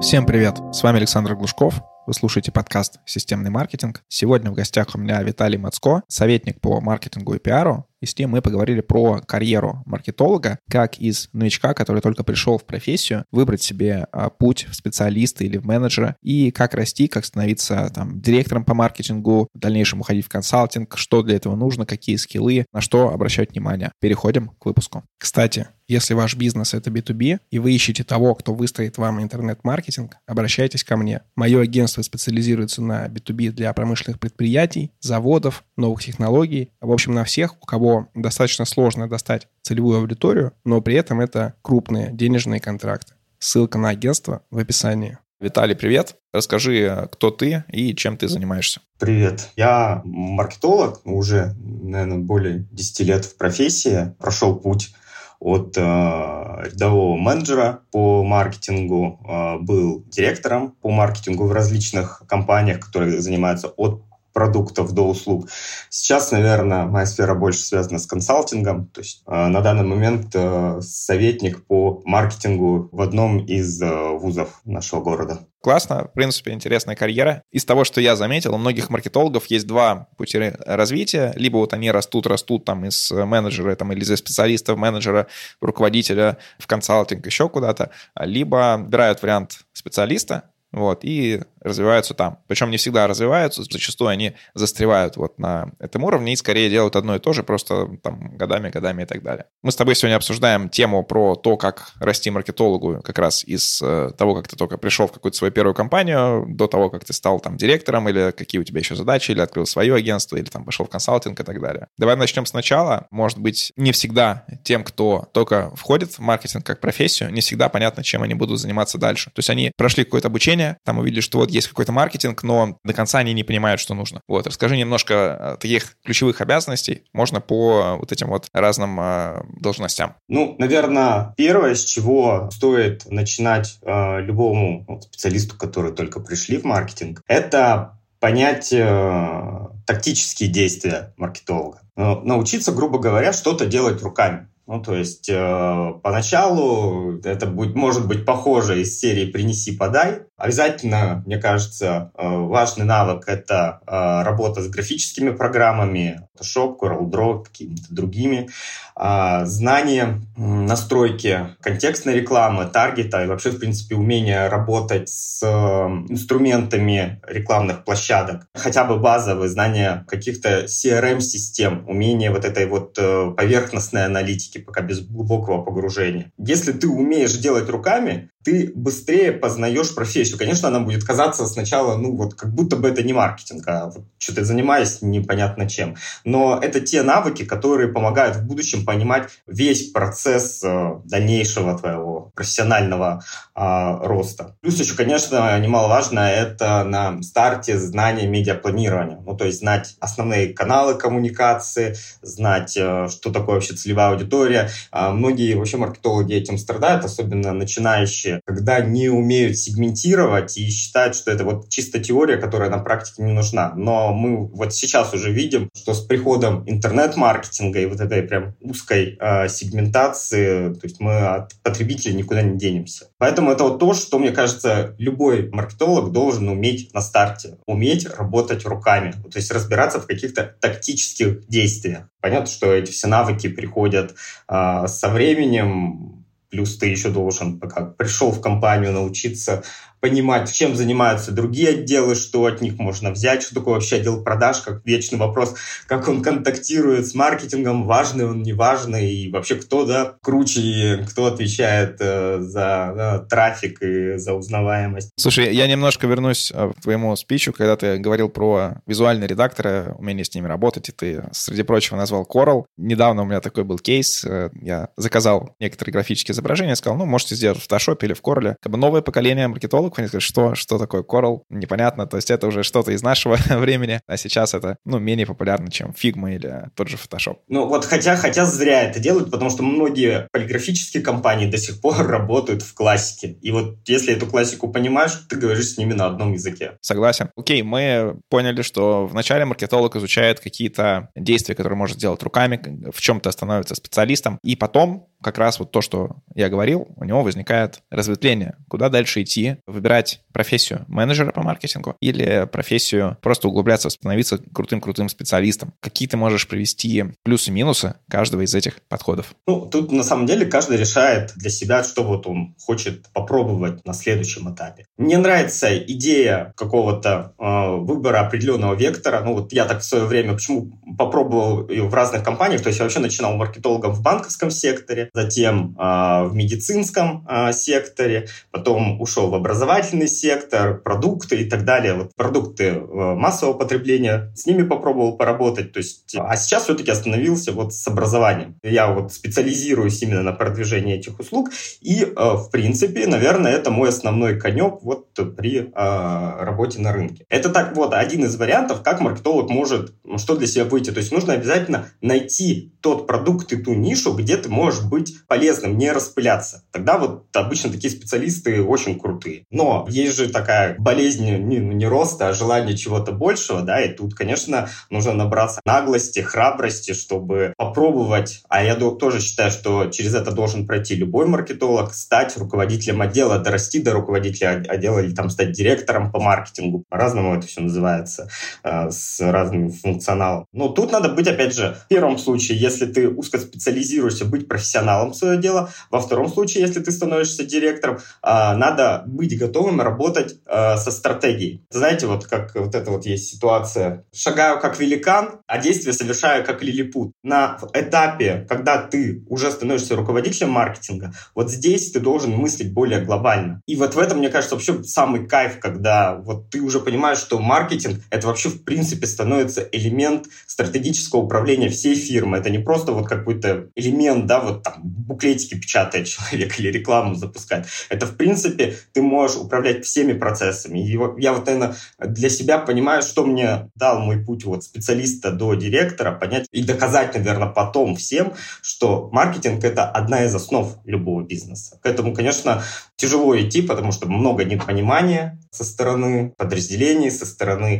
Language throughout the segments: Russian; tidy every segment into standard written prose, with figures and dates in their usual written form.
Всем привет! С вами Александр Глушков. Вы слушаете подкаст «Системный маркетинг». Сегодня в гостях у меня Виталий Мацко, советник по маркетингу и пиару. И с ним мы поговорили про карьеру маркетолога, как из новичка, который только пришел в профессию, выбрать себе путь в специалиста или в менеджера, и как расти, как становиться директором по маркетингу, в дальнейшем уходить в консалтинг, что для этого нужно, какие скиллы, на что обращать внимание. Переходим к выпуску. Кстати, если ваш бизнес — это B2B, и вы ищете того, кто выстроит вам интернет-маркетинг, обращайтесь ко мне. Мое агентство специализируется на B2B для промышленных предприятий, заводов, новых технологий, в общем, на всех, у кого достаточно сложно достать целевую аудиторию, но при этом это крупные денежные контракты. Ссылка на агентство в описании. Виталий, привет. Расскажи, кто ты и чем ты занимаешься. Привет. Я маркетолог, уже, наверное, более 10 лет в профессии. Прошел путь от рядового менеджера по маркетингу, был директором по маркетингу в различных компаниях, которые занимаются от продуктов до услуг. Сейчас, наверное, моя сфера больше связана с консалтингом. То есть на данный момент советник по маркетингу в одном из вузов нашего города. Классно, в принципе, интересная карьера. Из того, что я заметил, у многих маркетологов есть два пути развития. Либо вот они растут из менеджера или из специалиста в менеджера, в руководителя, в консалтинг, еще куда-то. Либо выбирают вариант специалиста, и развиваются там. Причем не всегда развиваются, зачастую они застревают на этом уровне и скорее делают одно и то же, просто годами и так далее. Мы с тобой сегодня обсуждаем тему про то, как расти маркетологу как раз из того, как ты только пришел в какую-то свою первую компанию, до того, как ты стал директором, или какие у тебя еще задачи, или открыл свое агентство, или пошел в консалтинг и так далее. Давай начнем сначала. Может быть, не всегда тем, кто только входит в маркетинг как профессию, не всегда понятно, чем они будут заниматься дальше. То есть они прошли какое-то обучение, увидели, что есть какой-то маркетинг, но до конца они не понимают, что нужно. Расскажи немножко таких ключевых обязанностей, можно по этим разным должностям. Наверное, первое, с чего стоит начинать любому специалисту, который только пришли в маркетинг, это понять тактические действия маркетолога. Научиться, грубо говоря, что-то делать руками. Поначалу это может быть похоже из серии «принеси-подай». Обязательно, мне кажется, важный навык — это работа с графическими программами, Photoshop, CorelDRAW, какими-то другими, знание настройки контекстной рекламы, таргета и вообще, в принципе, умение работать с инструментами рекламных площадок, хотя бы базовые знания каких-то CRM-систем, умение этой поверхностной аналитики, пока без глубокого погружения. Если ты умеешь делать руками, ты быстрее познаешь профессию. Конечно, она будет казаться сначала, как будто бы это не маркетинг, а что-то занимаясь непонятно чем. Но это те навыки, которые помогают в будущем понимать весь процесс дальнейшего твоего профессионального роста. Плюс еще, конечно, немаловажно, это на старте знание медиапланирования. То есть знать основные каналы коммуникации, знать, что такое вообще целевая аудитория. Многие вообще маркетологи этим страдают, особенно начинающие, когда не умеют сегментировать и считают, что это чисто теория, которая на практике не нужна. Но мы сейчас уже видим, что с приходом интернет-маркетинга и этой прям узкой сегментации, то есть мы от потребителей никуда не денемся. Поэтому это то, что, мне кажется, любой маркетолог должен уметь на старте. Уметь работать руками, то есть разбираться в каких-то тактических действиях. Понятно, что эти все навыки приходят со временем, плюс ты еще должен, пока пришел в компанию, научиться понимать, чем занимаются другие отделы, что от них можно взять, что такое вообще отдел продаж, как вечный вопрос, как он контактирует с маркетингом, важный он, не важный, и вообще кто круче, и кто отвечает за трафик и за узнаваемость. Слушай, я немножко вернусь к твоему спичу, когда ты говорил про визуальные редакторы, умение с ними работать, и ты, среди прочего, назвал Corel. Недавно у меня такой был кейс, я заказал некоторые графические изображения, сказал, можете сделать в Photoshop или в Corel. Новое поколение маркетологов, они говорят, что такое Corel, непонятно, то есть это уже что-то из нашего времени, а сейчас это, менее популярно, чем Figma или тот же Photoshop. Хотя зря это делают, потому что многие полиграфические компании до сих пор работают в классике. И если эту классику понимаешь, ты говоришь с ними на одном языке. Согласен. Окей, мы поняли, что вначале маркетолог изучает какие-то действия, которые может делать руками, в чем-то становится специалистом, и потом как раз то, что я говорил, у него возникает разветвление. Куда дальше идти? Выбирать профессию менеджера по маркетингу или профессию просто углубляться, становиться крутым специалистом? Какие ты можешь привести плюсы и минусы каждого из этих подходов? Тут на самом деле каждый решает для себя, что вот он хочет попробовать на следующем этапе. Мне нравится идея какого-то выбора определенного вектора. Я так в свое время почему попробовал в разных компаниях, то есть я вообще начинал маркетологом в банковском секторе, затем в медицинском секторе, потом ушел в образовательный сектор, продукты и так далее. Вот продукты массового потребления, с ними попробовал поработать. То есть, а сейчас все-таки остановился вот с образованием. Я вот специализируюсь именно на продвижении этих услуг, и, в принципе, наверное, это мой основной конек вот при работе на рынке. Это так вот один из вариантов, как маркетолог может что для себя выйти. То есть нужно обязательно найти тот продукт и ту нишу, где ты можешь быть полезным, не распыляться. Тогда вот обычно такие специалисты очень крутые. Но есть же такая болезнь не роста, а желание чего-то большего, да, и тут, конечно, нужно набраться наглости, храбрости, чтобы попробовать. А я тоже считаю, что через это должен пройти любой маркетолог, стать руководителем отдела, дорасти до руководителя отдела или там стать директором по маркетингу. По-разному это все называется, с разным функционалом. Но тут надо быть, опять же, в первом случае, если ты узкоспециализируешься, быть профессионалом в свое дело. Во втором случае, если ты становишься директором, надо быть готовым работать со стратегией. Знаете, вот как вот это вот есть ситуация. Шагаю как великан, а действия совершаю как лилипут. На этапе, когда ты уже становишься руководителем маркетинга, вот здесь ты должен мыслить более глобально. И вот в этом, мне кажется, вообще самый кайф, когда вот ты уже понимаешь, что маркетинг — это вообще в принципе становится элемент стратегического управления всей фирмы. Это не просто вот какой-то элемент, да, вот там буклетики печатает человек или рекламу запускает. Это, в принципе, ты можешь управлять всеми процессами. И я вот, наверное, для себя понимаю, что мне дал мой путь вот специалиста до директора, понять и доказать, наверное, потом всем, что маркетинг — это одна из основ любого бизнеса. К этому, конечно, тяжело идти, потому что много непонимания со стороны подразделений, со стороны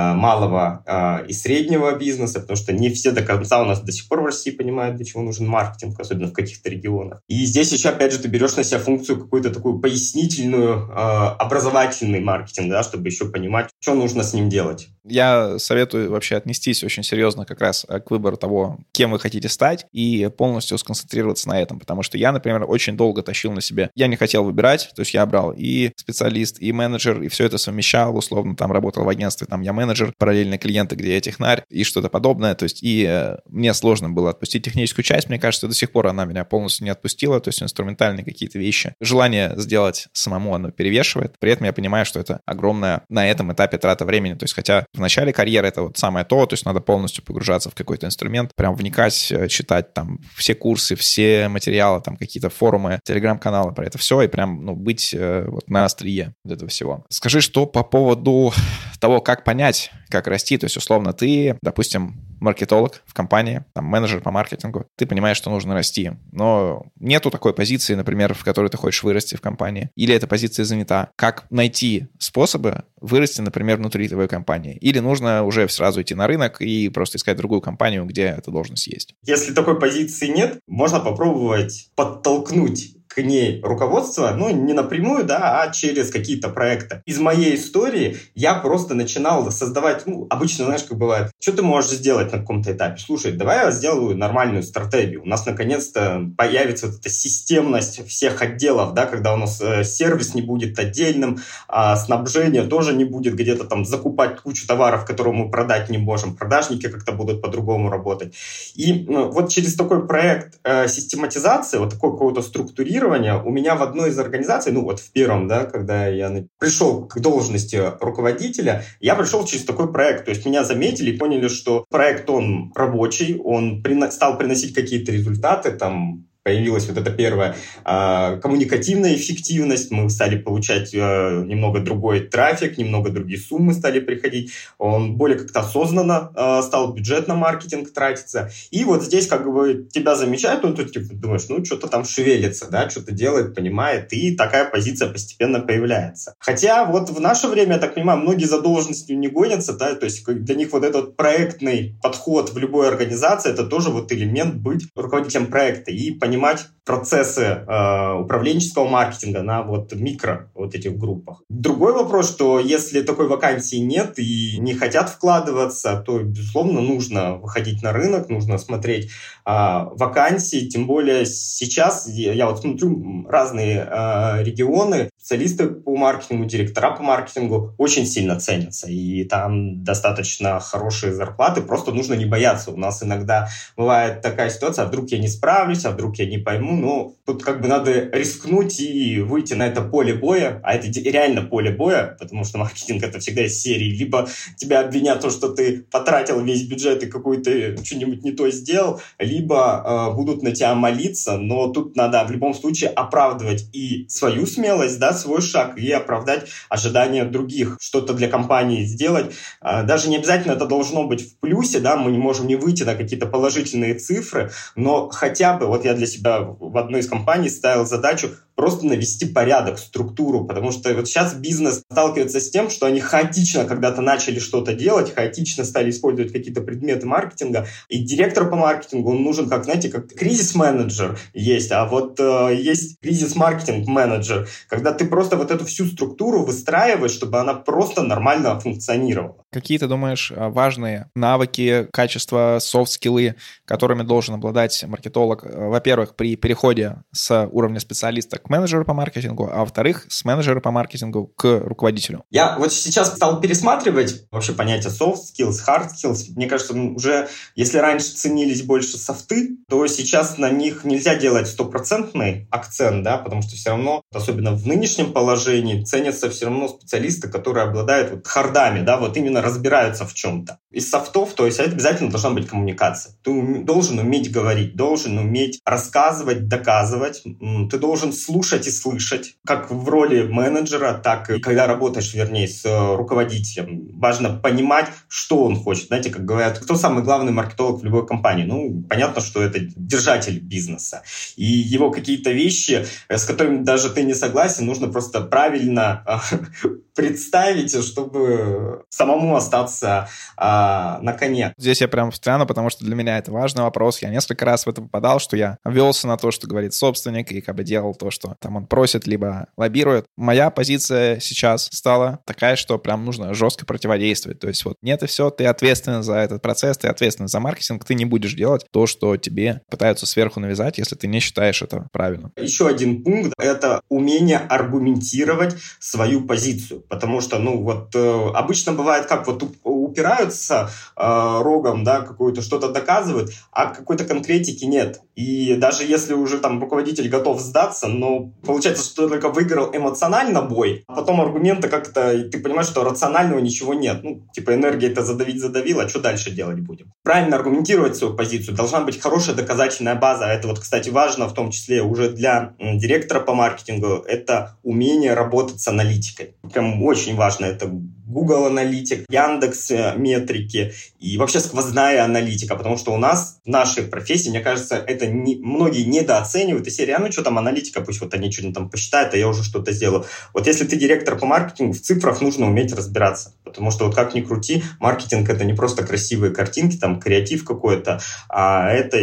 малого и среднего бизнеса, потому что не все до конца у нас до сих пор в России понимают, для чего нужен маркетинг, особенно в каких-то регионах. И здесь еще, опять же, ты берешь на себя функцию какую-то такую пояснительную, образовательный маркетинг, да, чтобы еще понимать, что нужно с ним делать. Я советую вообще отнестись очень серьезно как раз к выбору того, кем вы хотите стать, и полностью сконцентрироваться на этом, потому что я, например, очень долго тащил на себе. Я не хотел выбирать, то есть я брал и специалист, и менеджер, и все это совмещал, условно, там работал в агентстве, там я менеджер, параллельно клиенты, где я технарь, и что-то подобное, то есть и мне сложно было отпустить техническую часть, мне кажется, до сих пор она меня полностью не отпустила, то есть инструментальные какие-то вещи. Желание сделать самому оно перевешивает, при этом я понимаю, что это огромная на этом этапе трата времени, то есть хотя в начале карьеры это вот самое то есть надо полностью погружаться в какой-то инструмент, прям вникать, читать там все курсы, все материалы, там какие-то форумы, телеграм-каналы про это все, и прям, быть вот на острие вот этого всего. Скажи, что по поводу того, как понять, как расти, то есть условно ты, допустим, маркетолог в компании, там, менеджер по маркетингу, ты понимаешь, что нужно расти, но нету такой позиции, например, в которой ты хочешь вырасти в компании, или эта позиция занята. Как найти способы вырасти, например, внутри твоей компании? Или нужно уже сразу идти на рынок и просто искать другую компанию, где эта должность есть? Если такой позиции нет, можно попробовать подтолкнуть к ней руководство, не напрямую, да, а через какие-то проекты. Из моей истории я просто начинал создавать, обычно, знаешь, как бывает, что ты можешь сделать на каком-то этапе? Слушай, давай я сделаю нормальную стратегию. У нас наконец-то появится вот эта системность всех отделов, да, когда у нас сервис не будет отдельным, а снабжение тоже не будет где-то там закупать кучу товаров, которые мы продать не можем. Продажники как-то будут по-другому работать. И вот через такой проект систематизации, вот такой какого-то структурирования, у меня в одной из организаций, в первом, да, когда я пришел к должности руководителя, я пришел через такой проект. То есть меня заметили и поняли, что проект, он рабочий, он стал приносить какие-то результаты, там, появилась вот эта первая коммуникативная эффективность, мы стали получать немного другой трафик, немного другие суммы стали приходить, он более как-то осознанно стал бюджет на маркетинг тратиться. И вот здесь как бы тебя замечают, тут типа думаешь, что-то там шевелится, да, что-то делает, понимает, и такая позиция постепенно появляется. Хотя вот в наше время, я так понимаю, многие за должностью не гонятся, да, то есть для них вот этот проектный подход в любой организации, это тоже вот элемент быть руководителем проекта и понимать, понимать процессы управленческого маркетинга на вот микро вот этих группах. Другой вопрос, что если такой вакансии нет и не хотят вкладываться, то, безусловно, нужно выходить на рынок, нужно смотреть вакансии, тем более сейчас я вот смотрю разные регионы, специалисты по маркетингу, директора по маркетингу очень сильно ценятся, и там достаточно хорошие зарплаты, просто нужно не бояться. У нас иногда бывает такая ситуация, а вдруг я не справлюсь, а вдруг я не пойму, но тут как бы надо рискнуть и выйти на это поле боя, а это реально поле боя, потому что маркетинг — это всегда из серии, либо тебя обвинят в том, что ты потратил весь бюджет и какой-то что-нибудь не то сделал, либо будут на тебя молиться, но тут надо в любом случае оправдывать и свою смелость, да, свой шаг, и оправдать ожидания других, что-то для компании сделать. Даже не обязательно это должно быть в плюсе, да, мы не можем не выйти на какие-то положительные цифры, но хотя бы, вот я для себя в одной из компаний ставил задачу просто навести порядок, структуру, потому что вот сейчас бизнес сталкивается с тем, что они хаотично когда-то начали что-то делать, хаотично стали использовать какие-то предметы маркетинга, и директор по маркетингу, он нужен, как, знаете, как кризис-менеджер есть, а вот есть кризис-маркетинг-менеджер, когда ты просто вот эту всю структуру выстраиваешь, чтобы она просто нормально функционировала. Какие, ты думаешь, важные навыки, качества, софт-скиллы, которыми должен обладать маркетолог, во-первых, при переходе с уровня специалиста к менеджеру по маркетингу, а во-вторых, с менеджера по маркетингу к руководителю? Я вот сейчас стал пересматривать вообще понятие soft skills, hard skills. Мне кажется, уже если раньше ценились больше софты, то сейчас на них нельзя делать стопроцентный акцент, да, потому что все равно, особенно в нынешнем положении, ценятся все равно специалисты, которые обладают вот хардами, да, вот именно разбираются в чем-то. Из софтов, то есть это обязательно должна быть коммуникация. Ты должен уметь говорить, должен уметь рассказывать, доказывать, ты должен слушать и слышать, как в роли менеджера, так и когда работаешь, вернее, с руководителем. Важно понимать, что он хочет. Знаете, как говорят, кто самый главный маркетолог в любой компании? Ну, понятно, что это держатель бизнеса. И его какие-то вещи, с которыми даже ты не согласен, нужно просто правильно представить, чтобы самому остаться на коне. Здесь я прям встряну, потому что для меня это важный вопрос. Я несколько раз в это попадал, что я велся на то, что говорит собственник, и как бы делал то, что там он просит, либо лоббирует. Моя позиция сейчас стала такая, что прям нужно жестко противодействовать. То есть вот нет и все, ты ответственен за этот процесс, ты ответственен за маркетинг, ты не будешь делать то, что тебе пытаются сверху навязать, если ты не считаешь это правильным. Еще один пункт — это умение аргументировать свою позицию. Потому что, ну вот, обычно бывает, как вот упираются рогом, да, какую-то что-то доказывают, а какой-то конкретики нет. И даже если уже там руководитель готов сдаться, но получается, что ты только выиграл эмоционально бой, а потом аргументы как-то, и ты понимаешь, что рационального ничего нет. Ну, типа энергия-то задавил, а что дальше делать будем? Правильно аргументировать свою позицию. Должна быть хорошая доказательная база. Это вот, кстати, важно в том числе уже для директора по маркетингу. Это умение работать с аналитикой. Прям очень важно. Это Google аналитик, Яндекс метрики и вообще сквозная аналитика, потому что у нас в нашей профессии, мне кажется, это многие недооценивают. И серия, ну что там аналитика, пусть вот они что-то там посчитают, а я уже что-то сделаю. Вот если ты директор по маркетингу, в цифрах нужно уметь разбираться, потому что вот как ни крути, маркетинг — это не просто красивые картинки, там креатив какой-то, а это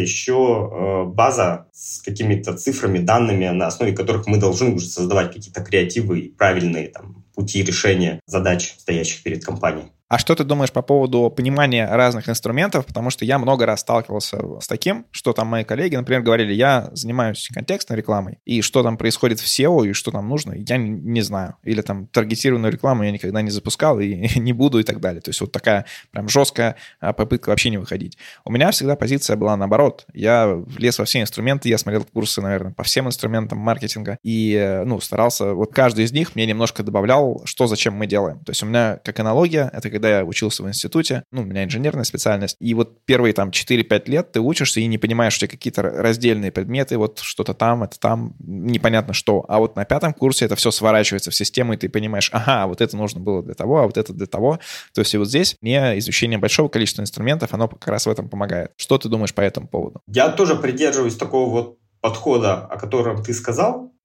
еще база с какими-то цифрами, данными, на основе которых мы должны уже создавать какие-то креативы и правильные там пути решения задач, стоящих перед компанией. А что ты думаешь по поводу понимания разных инструментов? Потому что я много раз сталкивался с таким, что там мои коллеги, например, говорили, я занимаюсь контекстной рекламой, и что там происходит в SEO, и что там нужно, я не знаю. Или там таргетированную рекламу я никогда не запускал и не буду и так далее. То есть вот такая прям жесткая попытка вообще не выходить. У меня всегда позиция была наоборот. Я влез во все инструменты, я смотрел курсы, наверное, по всем инструментам маркетинга и, старался, вот каждый из них мне немножко добавлял, что зачем мы делаем. То есть у меня как аналогия, это когда я учился в институте, у меня инженерная специальность, и вот первые там 4-5 лет ты учишься и не понимаешь, что у тебя какие-то раздельные предметы, вот что-то там, это там, непонятно что. А вот на 5 курсе это все сворачивается в систему, и ты понимаешь, ага, вот это нужно было для того, а вот это для того. То есть и вот здесь мне изучение большого количества инструментов, оно как раз в этом помогает. Что ты думаешь по этому поводу? Я тоже придерживаюсь такого вот подхода, о котором ты сказал.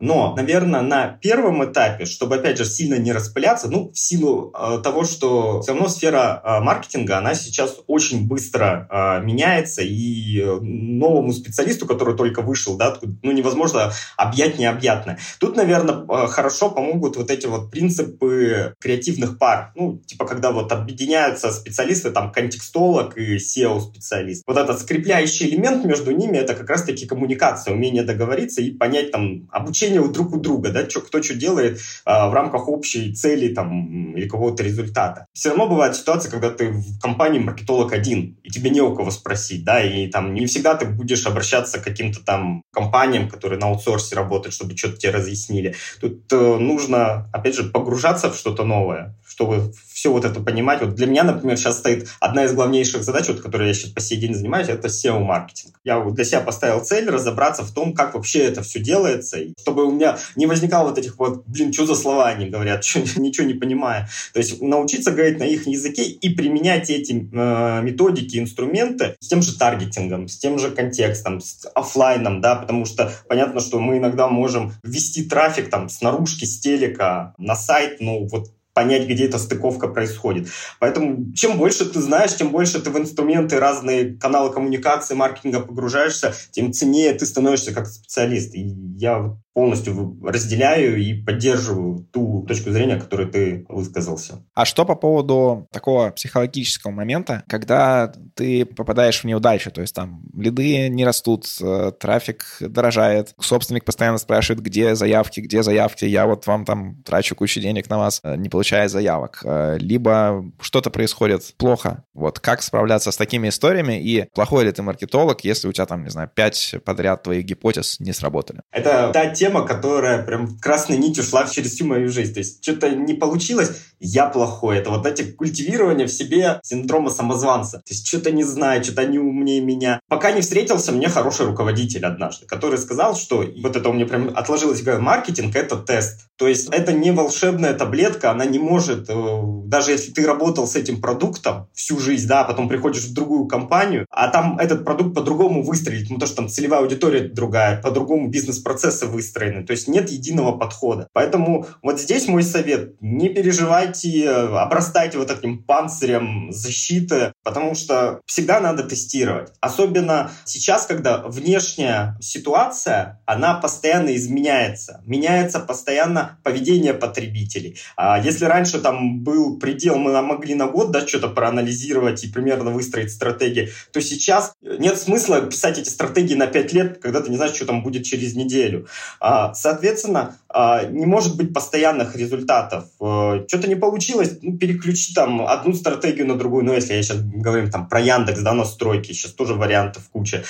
Но, наверное, на первом этапе, чтобы, опять же, сильно не распыляться, в силу того, что все равно сфера маркетинга, она сейчас очень быстро меняется, и новому специалисту, который только вышел, да, невозможно объять необъятное. Тут, наверное, хорошо помогут вот эти вот принципы креативных пар. Когда вот объединяются специалисты, там, контекстолог и SEO-специалист. Вот этот скрепляющий элемент между ними — это как раз-таки коммуникация, умение договориться и понять, там, обучение друг у друга, да, кто что делает в рамках общей цели, там, или какого-то результата. Все равно бывает ситуация, когда ты в компании маркетолог один, и тебе не у кого спросить, да, и там не всегда ты будешь обращаться к каким-то там компаниям, которые на аутсорсе работают, чтобы что-то тебе разъяснили. Тут нужно, опять же, погружаться в что-то новое, чтобы все вот это понимать. Вот для меня, например, сейчас стоит одна из главнейших задач, которой я сейчас по сей день занимаюсь, это SEO-маркетинг. Я для себя поставил цель разобраться в том, как вообще это все делается, и чтобы у меня не возникало вот этих вот, что за слова они говорят, ничего не понимаю. То есть научиться говорить на их языке и применять эти методики, инструменты с тем же таргетингом, с тем же контекстом, с офлайном, да, потому что понятно, что мы иногда можем ввести трафик там с наружки, с телека на сайт, понять, где эта стыковка происходит. Поэтому чем больше ты знаешь, чем больше ты в инструменты, разные каналы коммуникации, маркетинга погружаешься, тем ценнее ты становишься как специалист. И я полностью разделяю и поддерживаю ту точку зрения, которую ты высказался. А что по поводу такого психологического момента, когда ты попадаешь в неудачу, то есть там лиды не растут, трафик дорожает, собственник постоянно спрашивает, где заявки, я вот вам там трачу кучу денег на вас, не получая заявок, либо что-то происходит плохо. Вот как справляться с такими историями, и плохой ли ты маркетолог, если у тебя там, 5 подряд твоих гипотез не сработали? Это та тема, которая прям красной нитью шла через всю мою жизнь. То есть что-то не получилось, я плохой. Это вот эти культивирование в себе синдрома самозванца. То есть что-то не знаю, что-то не умнее меня. Пока не встретился мне хороший руководитель однажды, который сказал, что вот это у меня прям отложилось в голове, маркетинг — это тест. То есть это не волшебная таблетка, она не может, даже если ты работал с этим продуктом всю жизнь, да, потом приходишь в другую компанию, а там этот продукт по-другому выстрелит, потому что там целевая аудитория другая, по-другому бизнес-процессы выстроены, то есть нет единого подхода. Поэтому вот здесь мой совет: не переживайте, обрастайте вот этим панцирем защиты, потому что всегда надо тестировать. Особенно сейчас, когда внешняя ситуация, она постоянно изменяется. Меняется постоянно поведение потребителей. Если раньше там был предел, мы могли на год, да, что-то проанализировать и примерно выстроить стратегии, то сейчас нет смысла писать эти стратегии на 5 лет, когда ты не знаешь, что там будет через неделю. Соответственно, не может быть постоянных результатов. Что-то не получилось, переключи там одну стратегию на другую. Если я сейчас говорим там про Яндекс, да, настройки, сейчас тоже вариантов куча.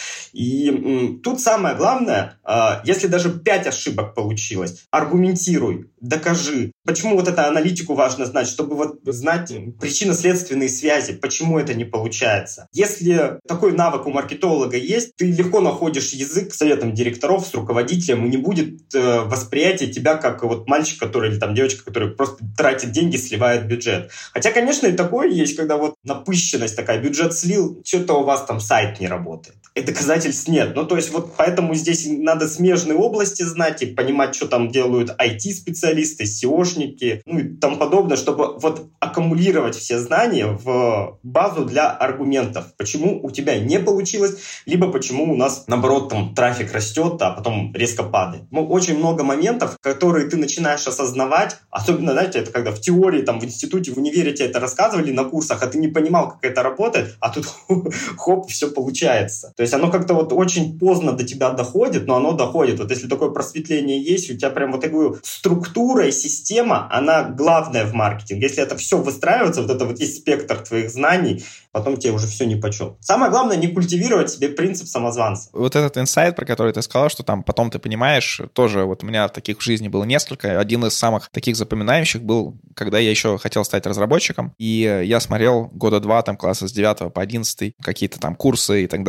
И тут самое главное, если даже 5 ошибок получилось, аргументируй, докажи. Почему вот эту аналитику важно знать, чтобы вот знать причинно-следственные связи, почему это не получается. Если такой навык у маркетолога есть, ты легко находишь язык с советом директоров, с руководителем, и не будет восприятия тебя как вот мальчик, который или там девочка, который просто тратит деньги, сливает бюджет. Хотя, конечно, и такое есть, когда вот напыщенность такая, бюджет слил, что-то у вас там сайт не работает. И доказательств нет. То есть вот поэтому здесь надо смежные области знать и понимать, что там делают IT-специалисты, SEOшники, и тому подобное, чтобы вот аккумулировать все знания в базу для аргументов. Почему у тебя не получилось, либо почему у нас, наоборот, там трафик растет, а потом резко падает. Очень много моментов, которые ты начинаешь осознавать, особенно, знаете, это когда в теории, там, в институте, в универе тебе это рассказывали на курсах, а ты не понимал, как это работает, а тут хоп, все получается. То есть оно как-то вот очень поздно до тебя доходит, но оно доходит. Вот если такое просветление есть, у тебя прям вот такую структура и система, она главная в маркетинге. Если это все выстраивается, вот это вот есть спектр твоих знаний, потом тебе уже все нипочем. Самое главное — не культивировать себе принцип самозванца. Вот этот инсайт, про который ты сказал, что там потом ты понимаешь, тоже вот у меня таких в жизни было несколько. Один из самых таких запоминающих был, когда я еще хотел стать разработчиком, и я смотрел года 2, там, класса с 9 по 11, какие-то там курсы и так далее,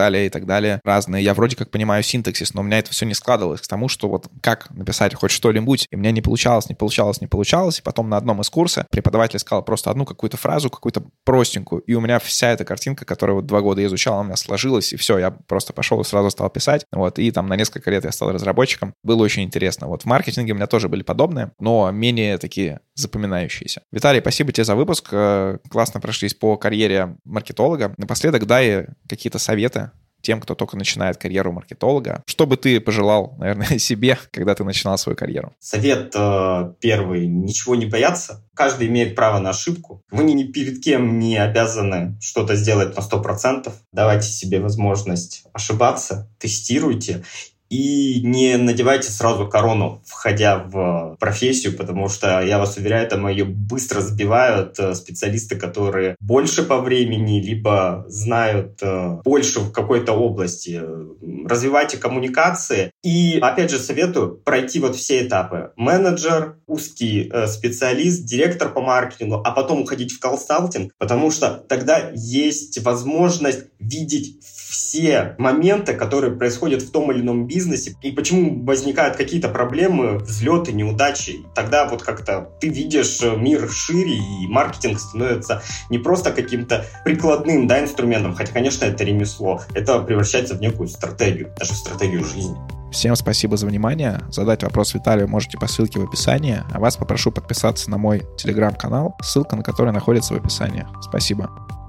так далее, разные. Я вроде как понимаю синтаксис, но у меня это все не складывалось к тому, что вот как написать хоть что-нибудь, и у меня не получалось. И потом на одном из курсов преподаватель сказал просто одну какую-то фразу, какую-то простенькую, и у меня вся эта картинка, которую вот 2 года я изучал, она у меня сложилась, и все, я просто пошел и сразу стал писать, вот, и там на несколько лет я стал разработчиком. Было очень интересно. Вот в маркетинге у меня тоже были подобные, но менее такие запоминающиеся. Виталий, спасибо тебе за выпуск. Классно прошлись по карьере маркетолога. Напоследок дай какие-то советы тем, кто только начинает карьеру маркетолога. Что бы ты пожелал, наверное, себе, когда ты начинал свою карьеру? Совет первый. Ничего не бояться. Каждый имеет право на ошибку. Вы ни перед кем не обязаны что-то сделать на 100%. Давайте себе возможность ошибаться, тестируйте. И не надевайте сразу корону, входя в профессию, потому что, я вас уверяю, там ее быстро сбивают специалисты, которые больше по времени, либо знают больше в какой-то области. Развивайте коммуникации. И, опять же, советую пройти вот все этапы. Менеджер, узкий специалист, директор по маркетингу, а потом уходить в консалтинг, потому что тогда есть возможность видеть все моменты, которые происходят в том или ином бизнесе, и почему возникают какие-то проблемы, взлеты, неудачи. Тогда вот как-то ты видишь мир шире, и маркетинг становится не просто каким-то прикладным, да, инструментом, хотя, конечно, это ремесло. Это превращается в некую стратегию, даже в стратегию жизни. Всем спасибо за внимание. Задать вопрос Виталию можете по ссылке в описании, а вас попрошу подписаться на мой телеграм-канал, ссылка на который находится в описании. Спасибо.